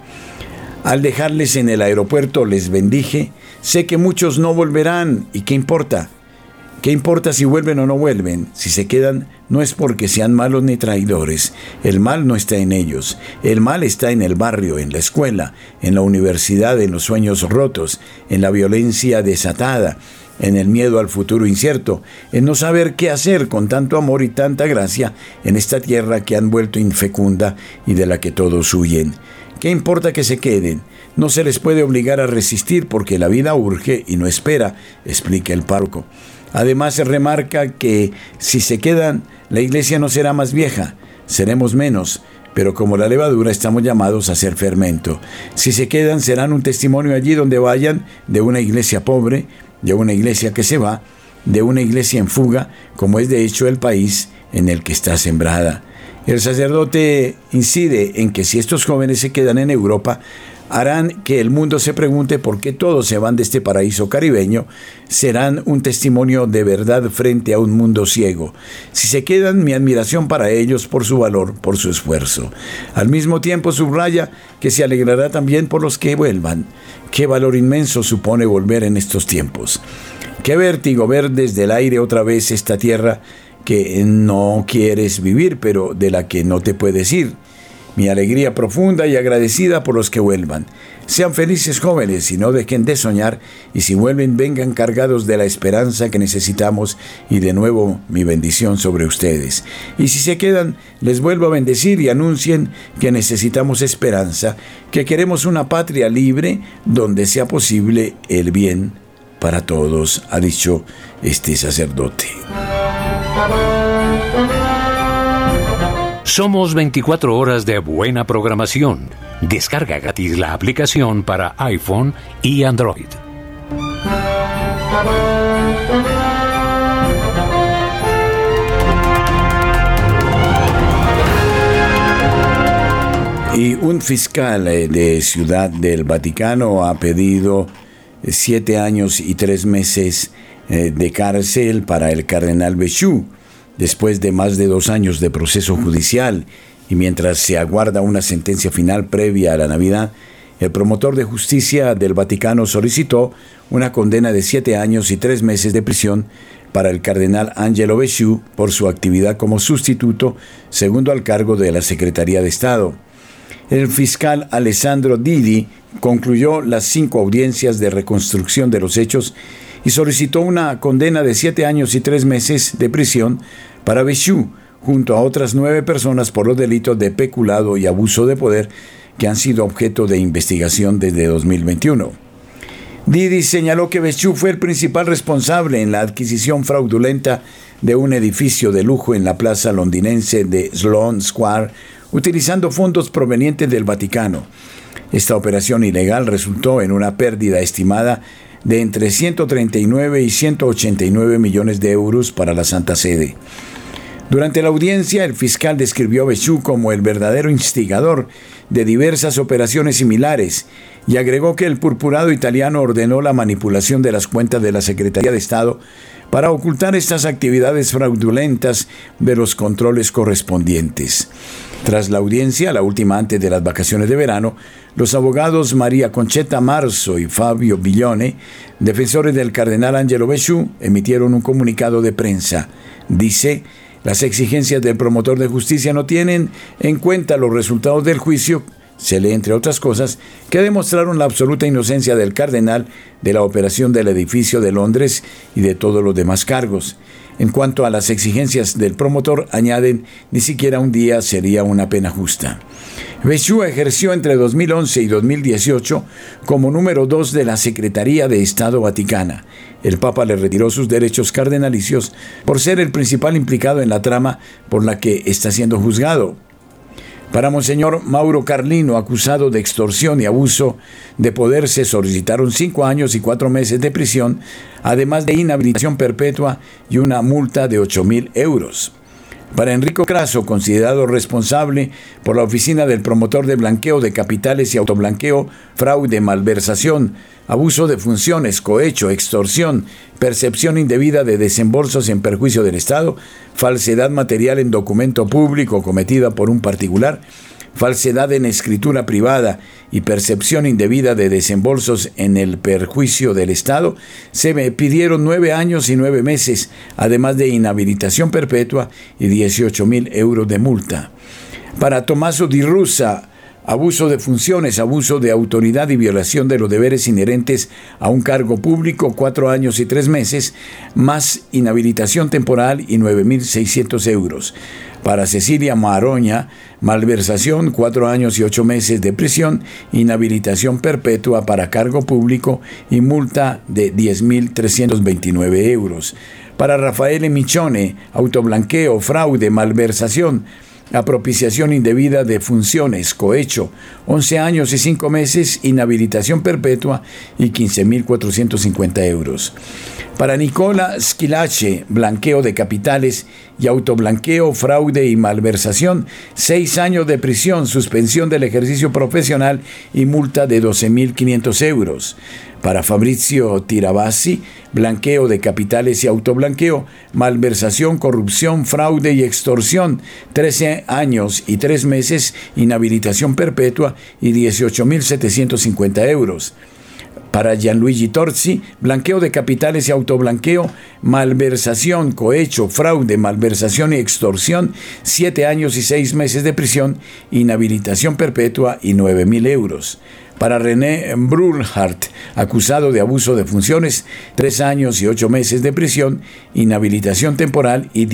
Al dejarles en el aeropuerto les bendije, sé que muchos no volverán, ¿y qué importa? ¿Qué importa si vuelven o no vuelven? Si se quedan, no es porque sean malos ni traidores. El mal no está en ellos. El mal está en el barrio, en la escuela, en la universidad, en los sueños rotos, en la violencia desatada, en el miedo al futuro incierto, en no saber qué hacer con tanto amor y tanta gracia en esta tierra que han vuelto infecunda y de la que todos huyen. ¿Qué importa que se queden? No se les puede obligar a resistir porque la vida urge y no espera, explica el párroco. Además, se remarca que si se quedan, la iglesia no será más vieja, seremos menos, pero como la levadura estamos llamados a ser fermento. Si se quedan, serán un testimonio allí donde vayan de una iglesia pobre, de una iglesia que se va, de una iglesia en fuga, como es de hecho el país en el que está sembrada. El sacerdote incide en que si estos jóvenes se quedan en Europa, harán que el mundo se pregunte por qué todos se van de este paraíso caribeño, serán un testimonio de verdad frente a un mundo ciego. Si se quedan, mi admiración para ellos por su valor, por su esfuerzo. Al mismo tiempo subraya que se alegrará también por los que vuelvan. Qué valor inmenso supone volver en estos tiempos. Qué vértigo ver desde el aire otra vez esta tierra que no quieres vivir, pero de la que no te puedes ir. Mi alegría profunda y agradecida por los que vuelvan. Sean felices jóvenes y no dejen de soñar, y si vuelven vengan cargados de la esperanza que necesitamos, y de nuevo mi bendición sobre ustedes. Y si se quedan, les vuelvo a bendecir y anuncien que necesitamos esperanza, que queremos una patria libre donde sea posible el bien para todos, ha dicho este sacerdote. Somos 24 horas de buena programación. Descarga gratis la aplicación para iPhone y Android. Y un fiscal de Ciudad del Vaticano ha pedido 7 años y 3 meses de cárcel para el cardenal Béchu, después de más de 2 años de proceso judicial y mientras se aguarda una sentencia final previa a la Navidad. El promotor de justicia del Vaticano solicitó una condena de 7 años y 3 meses de prisión para el cardenal Angelo Béchu por su actividad como sustituto segundo al cargo de la Secretaría de Estado. El fiscal Alessandro Didi concluyó las 5 audiencias de reconstrucción de los hechos y solicitó una condena de 7 años y 3 meses de prisión para Béchu, junto a otras 9 personas por los delitos de peculado y abuso de poder que han sido objeto de investigación desde 2021. Didi señaló que Béchu fue el principal responsable en la adquisición fraudulenta de un edificio de lujo en la plaza londinense de Sloane Square, utilizando fondos provenientes del Vaticano. Esta operación ilegal resultó en una pérdida estimada de entre 139 y 189 millones de euros para la Santa Sede. Durante la audiencia, el fiscal describió a Béchu como el verdadero instigador de diversas operaciones similares y agregó que el purpurado italiano ordenó la manipulación de las cuentas de la Secretaría de Estado para ocultar estas actividades fraudulentas de los controles correspondientes. Tras la audiencia, la última antes de las vacaciones de verano, los abogados María Conchetta Marzo y Fabio Villone, defensores del cardenal Angelo Béchu, emitieron un comunicado de prensa. Dice: las exigencias del promotor de justicia no tienen en cuenta los resultados del juicio. Se lee, entre otras cosas, que demostraron la absoluta inocencia del cardenal de la operación del edificio de Londres y de todos los demás cargos. En cuanto a las exigencias del promotor, añaden, ni siquiera un día sería una pena justa. Béchu ejerció entre 2011 y 2018 como número 2 de la Secretaría de Estado Vaticana. El Papa le retiró sus derechos cardenalicios por ser el principal implicado en la trama por la que está siendo juzgado. Para Monseñor Mauro Carlino, acusado de extorsión y abuso de poder, se solicitaron 5 años y 4 meses de prisión, además de inhabilitación perpetua y una multa de 8.000 euros. Para Enrico Crasso, considerado responsable por la Oficina del Promotor de Blanqueo de Capitales y Autoblanqueo, fraude, malversación, abuso de funciones, cohecho, extorsión, percepción indebida de desembolsos en perjuicio del Estado, falsedad material en documento público cometida por un particular, falsedad en escritura privada y percepción indebida de desembolsos en el perjuicio del Estado, se me pidieron 9 años y 9 meses, además de inhabilitación perpetua y 18.000 euros de multa. Para Tommaso Di Russa, abuso de funciones, abuso de autoridad y violación de los deberes inherentes a un cargo público, 4 años y 3 meses, más inhabilitación temporal y 9.600 euros. Para Cecilia Maroña, malversación, 4 años y 8 meses de prisión, inhabilitación perpetua para cargo público y multa de 10.329 euros. Para Rafael Michone, autoblanqueo, fraude, malversación, apropiciación indebida de funciones, cohecho, 11 años y 5 meses, inhabilitación perpetua y 15.450 euros. Para Nicola Schillace, blanqueo de capitales y autoblanqueo, fraude y malversación, 6 años de prisión, suspensión del ejercicio profesional y multa de 12.500 euros. Para Fabrizio Tirabassi, blanqueo de capitales y autoblanqueo, malversación, corrupción, fraude y extorsión, 13 años y 3 meses, inhabilitación perpetua y 18.750 euros. Para Gianluigi Torzi, blanqueo de capitales y autoblanqueo, malversación, cohecho, fraude, malversación y extorsión, 7 años y 6 meses de prisión, inhabilitación perpetua y 9.000 euros. Para René Brulhart, acusado de abuso de funciones, 3 años y 8 meses de prisión, inhabilitación temporal y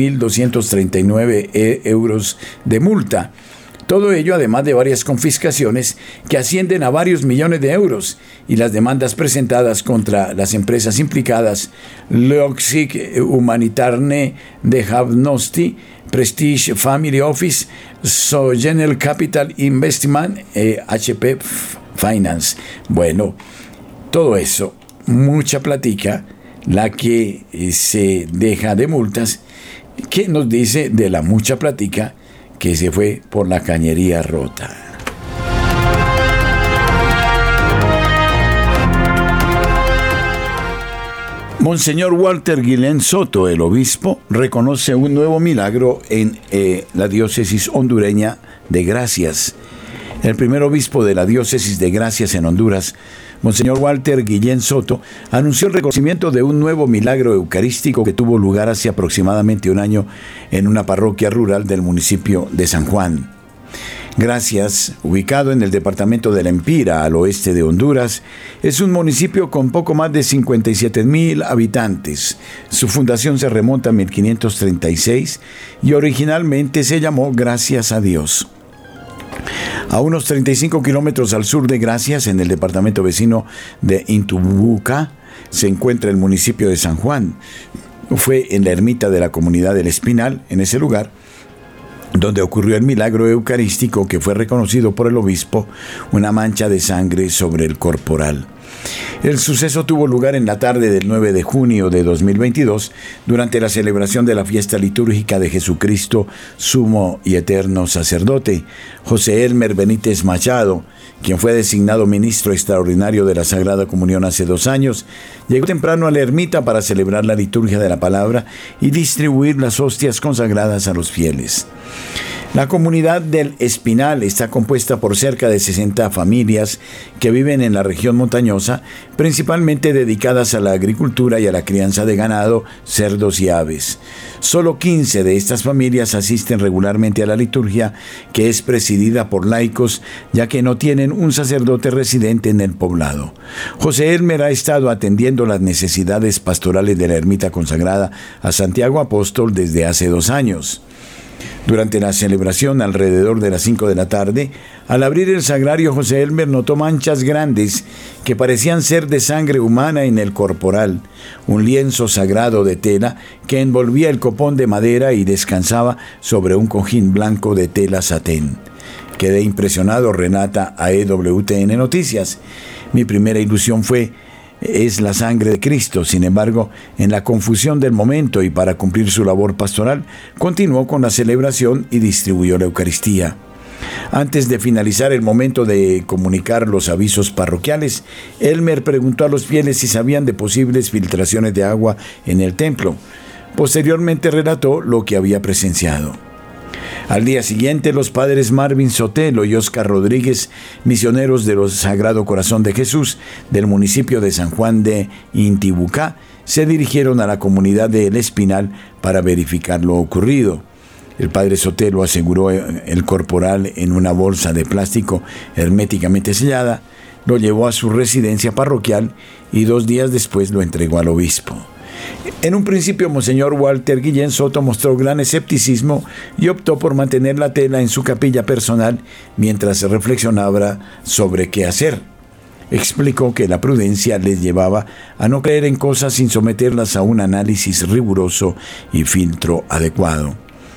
10.239 euros de multa. Todo ello además de varias confiscaciones que ascienden a varios millones de euros y las demandas presentadas contra las empresas implicadas: Leoxic Humanitarne de Javnosti, Prestige Family Office, Sogener Capital Investment, HP Finance. Bueno, todo eso, mucha platica, la que se deja de multas. ¿Qué nos dice de la mucha platica que se fue por la cañería rota? Monseñor Walter Guillén Soto, el obispo, reconoce un nuevo milagro en la diócesis hondureña de Gracias. El primer obispo de la diócesis de Gracias en Honduras, Monseñor Walter Guillén Soto, anunció el reconocimiento de un nuevo milagro eucarístico que tuvo lugar hace aproximadamente un año en una parroquia rural del municipio de San Juan. Gracias, ubicado en el departamento de La Empira, al oeste de Honduras, es un municipio con poco más de 57,000 habitantes. Su fundación se remonta a 1536 y originalmente se llamó Gracias a Dios. A unos 35 kilómetros al sur de Gracias, en el departamento vecino de Intibucá, se encuentra el municipio de San Juan. Fue en la ermita de la comunidad del Espinal, en ese lugar, donde ocurrió el milagro eucarístico que fue reconocido por el obispo, una mancha de sangre sobre el corporal. El suceso tuvo lugar en la tarde del 9 de junio de 2022, durante la celebración de la fiesta litúrgica de Jesucristo, sumo y eterno sacerdote. José Elmer Benítez Machado, quien fue designado ministro extraordinario de la Sagrada Comunión hace 2 años, llegó temprano a la ermita para celebrar la liturgia de la palabra y distribuir las hostias consagradas a los fieles. La comunidad del Espinal está compuesta por cerca de 60 familias que viven en la región montañosa, principalmente dedicadas a la agricultura y a la crianza de ganado, cerdos y aves. Solo 15 de estas familias asisten regularmente a la liturgia, que es presidida por laicos, ya que no tienen un sacerdote residente en el poblado. José Elmer ha estado atendiendo las necesidades pastorales de la ermita consagrada a Santiago Apóstol desde hace 2 años. Durante la celebración, alrededor de las 5 de la tarde, al abrir el sagrario, José Elmer notó manchas grandes que parecían ser de sangre humana en el corporal, un lienzo sagrado de tela que envolvía el copón de madera y descansaba sobre un cojín blanco de tela satén. Quedé impresionado, relata a EWTN Noticias. Mi primera ilusión es la sangre de Cristo. Sin embargo, en la confusión del momento y para cumplir su labor pastoral, continuó con la celebración y distribuyó la Eucaristía. Antes de finalizar el momento de comunicar los avisos parroquiales, Elmer preguntó a los fieles si sabían de posibles filtraciones de agua en el templo. Posteriormente relató lo que había presenciado. Al día siguiente, los padres Marvin Sotelo y Oscar Rodríguez, misioneros de los Sagrado Corazón de Jesús del municipio de San Juan de Intibucá, se dirigieron a la comunidad de El Espinal para verificar lo ocurrido. El padre Sotelo aseguró el corporal en una bolsa de plástico herméticamente sellada, lo llevó a su residencia parroquial y 2 días después lo entregó al obispo. En un principio, Monseñor Walter Guillén Soto mostró gran escepticismo y optó por mantener la tela en su capilla personal mientras reflexionaba sobre qué hacer. Explicó que la prudencia les llevaba a no creer en cosas sin someterlas a un análisis riguroso y filtro adecuado.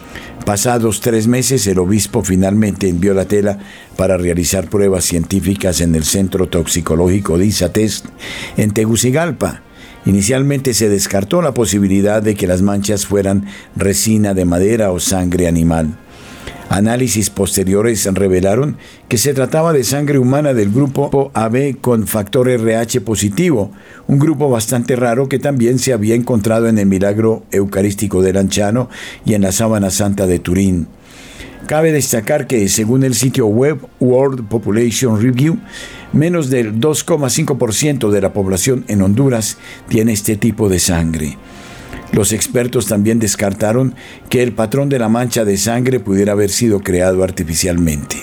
Pasados 3 meses, el obispo finalmente envió la tela para realizar pruebas científicas en el Centro Toxicológico de ISATEST en Tegucigalpa. Inicialmente se descartó la posibilidad de que las manchas fueran resina de madera o sangre animal. Análisis posteriores revelaron que se trataba de sangre humana del grupo AB con factor RH positivo, un grupo bastante raro que también se había encontrado en el milagro eucarístico de Lanciano y en la Sábana Santa de Turín. Cabe destacar que, según el sitio web World Population Review, menos del 2,5% de la población en Honduras tiene este tipo de sangre. Los expertos también descartaron que el patrón de la mancha de sangre pudiera haber sido creado artificialmente.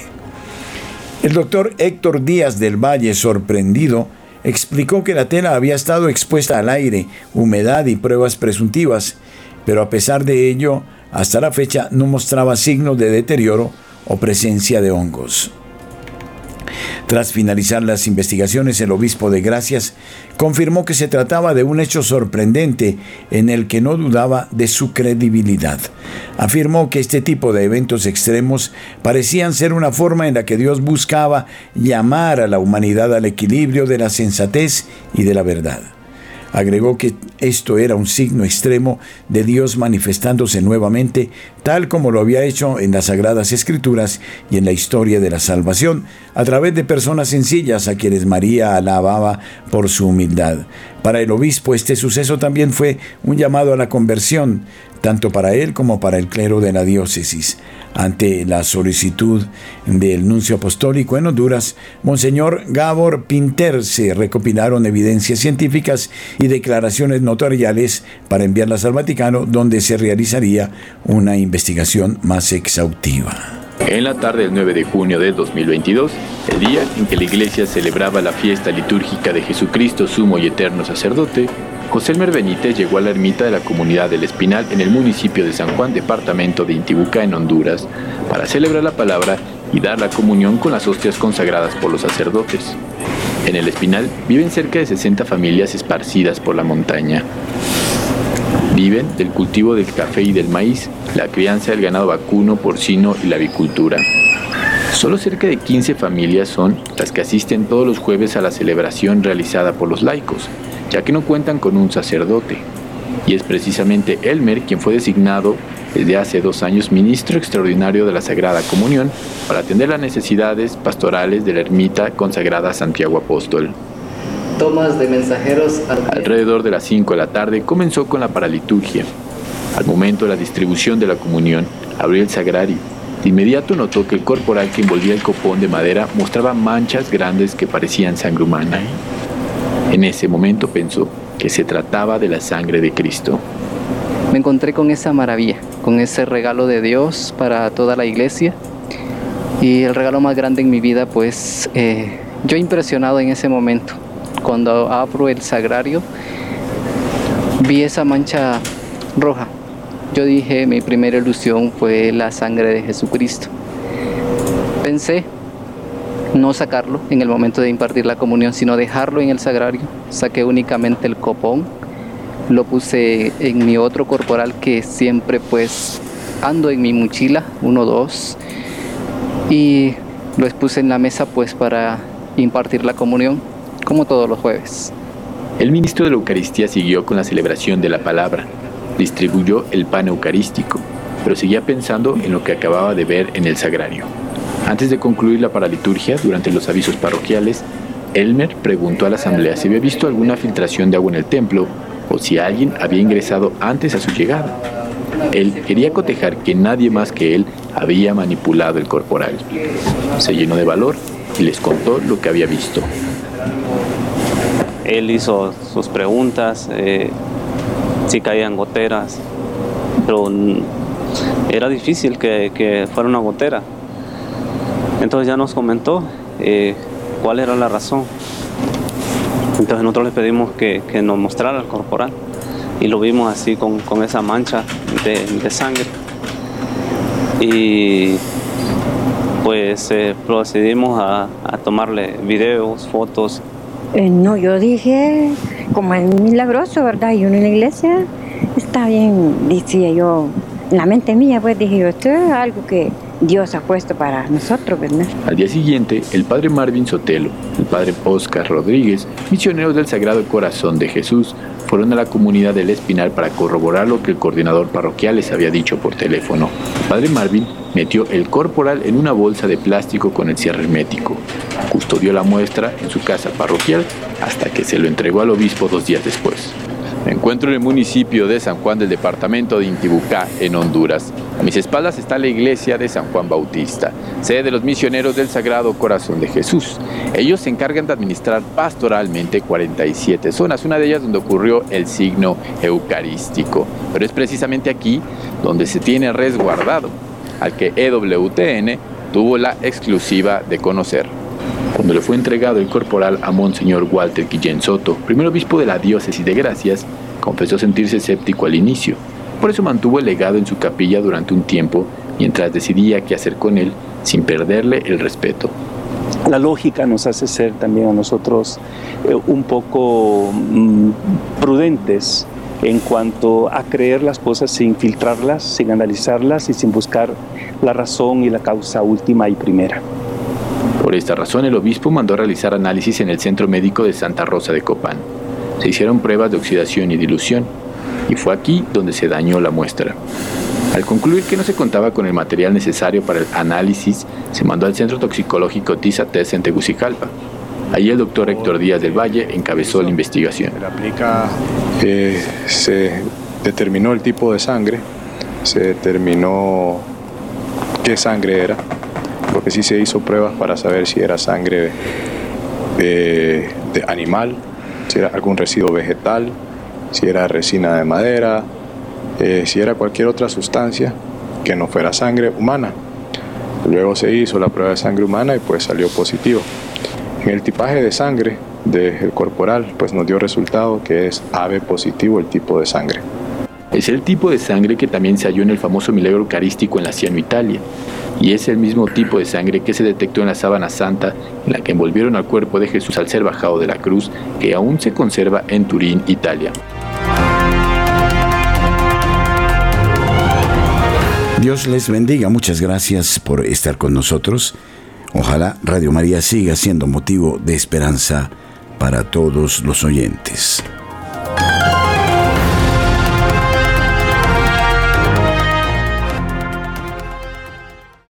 El doctor Héctor Díaz del Valle, sorprendido, explicó que la tela había estado expuesta al aire, humedad y pruebas presuntivas, pero a pesar de ello, hasta la fecha no mostraba signos de deterioro o presencia de hongos. Tras finalizar las investigaciones, el obispo de Gracias confirmó que se trataba de un hecho sorprendente en el que no dudaba de su credibilidad. Afirmó que este tipo de eventos extremos parecían ser una forma en la que Dios buscaba llamar a la humanidad al equilibrio de la sensatez y de la verdad. Agregó que esto era un signo extremo de Dios manifestándose nuevamente, tal como lo había hecho en las Sagradas Escrituras y en la historia de la salvación, a través de personas sencillas a quienes María alababa por su humildad. Para el obispo, este suceso también fue un llamado a la conversión, tanto para él como para el clero de la diócesis. Ante la solicitud del nuncio apostólico en Honduras, Monseñor Gabor Pinter, se recopilaron evidencias científicas y declaraciones notariales para enviarlas al Vaticano, donde se realizaría una investigación más exhaustiva. En la tarde del 9 de junio de 2022, el día en que la Iglesia celebraba la fiesta litúrgica de Jesucristo, sumo y eterno sacerdote, José Elmer Benítez llegó a la ermita de la comunidad del Espinal en el municipio de San Juan, departamento de Intibucá, en Honduras, para celebrar la palabra y dar la comunión con las hostias consagradas por los sacerdotes. En el Espinal viven cerca de 60 familias esparcidas por la montaña. Viven del cultivo del café y del maíz, la crianza del ganado vacuno, porcino y la avicultura. Solo cerca de 15 familias son las que asisten todos los jueves a la celebración realizada por los laicos, ya que no cuentan con un sacerdote. Y es precisamente Elmer quien fue designado desde hace 2 años ministro extraordinario de la Sagrada Comunión para atender las necesidades pastorales de la ermita consagrada a Santiago Apóstol. Tomas de mensajeros. Alrededor de las 5 de la tarde comenzó con la paraliturgia. Al momento de la distribución de la comunión, abrió el sagrario. De inmediato notó que el corporal que envolvía el copón de madera mostraba manchas grandes que parecían sangre humana. En ese momento pensó que se trataba de la sangre de Cristo. Me encontré con esa maravilla, con ese regalo de Dios para toda la iglesia. Y el regalo más grande en mi vida, pues, yo impresionado en ese momento. Cuando abro el sagrario, vi esa mancha roja. Yo dije, mi primera ilusión fue la sangre de Jesucristo. Pensé no sacarlo en el momento de impartir la comunión, sino dejarlo en el sagrario. Saqué únicamente el copón, lo puse en mi otro corporal que siempre pues ando en mi mochila, 1, 2, y lo expuse en la mesa pues para impartir la comunión, como todos los jueves. El ministro de la Eucaristía siguió con la celebración de la palabra. Distribuyó el pan eucarístico, pero seguía pensando en lo que acababa de ver en el sagrario. Antes de concluir la paraliturgia, durante los avisos parroquiales, Elmer preguntó a la asamblea si había visto alguna filtración de agua en el templo o si alguien había ingresado antes a su llegada. Él quería cotejar que nadie más que él había manipulado el corporal. Se llenó de valor y les contó lo que había visto. Él hizo sus preguntas, si caían goteras, pero era difícil que fuera una gotera. Entonces ya nos comentó cuál era la razón. Entonces nosotros le pedimos que nos mostrara el corporal y lo vimos así con esa mancha de sangre. Y pues procedimos a tomarle videos, fotos. No, yo dije, como es milagroso, ¿verdad? Y uno en la iglesia está bien, decía yo, en la mente mía, pues dije yo, esto es algo que Dios ha puesto para nosotros, ¿verdad? Al día siguiente, el padre Marvin Sotelo, el padre Oscar Rodríguez, misioneros del Sagrado Corazón de Jesús, fueron a la comunidad del Espinal para corroborar lo que el coordinador parroquial les había dicho por teléfono. El padre Marvin metió el corporal en una bolsa de plástico con el cierre hermético. Custodió la muestra en su casa parroquial hasta que se lo entregó al obispo 2 días después. Me encuentro en el municipio de San Juan del departamento de Intibucá, en Honduras. A mis espaldas está la iglesia de San Juan Bautista, sede de los misioneros del Sagrado Corazón de Jesús. Ellos se encargan de administrar pastoralmente 47 zonas, una de ellas donde ocurrió el signo eucarístico. Pero es precisamente aquí donde se tiene resguardado, al que EWTN tuvo la exclusiva de conocer. Cuando le fue entregado el corporal a Monseñor Walter Guillén Soto, primer obispo de la diócesis de Gracias, confesó sentirse escéptico al inicio. Por eso mantuvo el legado en su capilla durante un tiempo, mientras decidía qué hacer con él, sin perderle el respeto. La lógica nos hace ser también a nosotros un poco prudentes en cuanto a creer las cosas sin filtrarlas, sin analizarlas y sin buscar la razón y la causa última y primera. Por esta razón, el obispo mandó a realizar análisis en el Centro Médico de Santa Rosa de Copán. Se hicieron pruebas de oxidación y dilución, y fue aquí donde se dañó la muestra. Al concluir que no se contaba con el material necesario para el análisis, se mandó al Centro Toxicológico Tiza-Test en Tegucigalpa. Allí el doctor Héctor Díaz del Valle encabezó la investigación. Se determinó el tipo de sangre, se determinó qué sangre era, porque sí se hizo pruebas para saber si era sangre de animal, si era algún residuo vegetal, si era resina de madera, si era cualquier otra sustancia que no fuera sangre humana. Luego se hizo la prueba de sangre humana y pues salió positivo. En el tipaje de sangre del corporal pues nos dio resultado que es AB positivo el tipo de sangre. Es el tipo de sangre que también se halló en el famoso milagro eucarístico en Laciano, Italia. Y es el mismo tipo de sangre que se detectó en la sábana santa en la que envolvieron al cuerpo de Jesús al ser bajado de la cruz, que aún se conserva en Turín, Italia. Dios les bendiga. Muchas gracias por estar con nosotros. Ojalá Radio María siga siendo motivo de esperanza para todos los oyentes.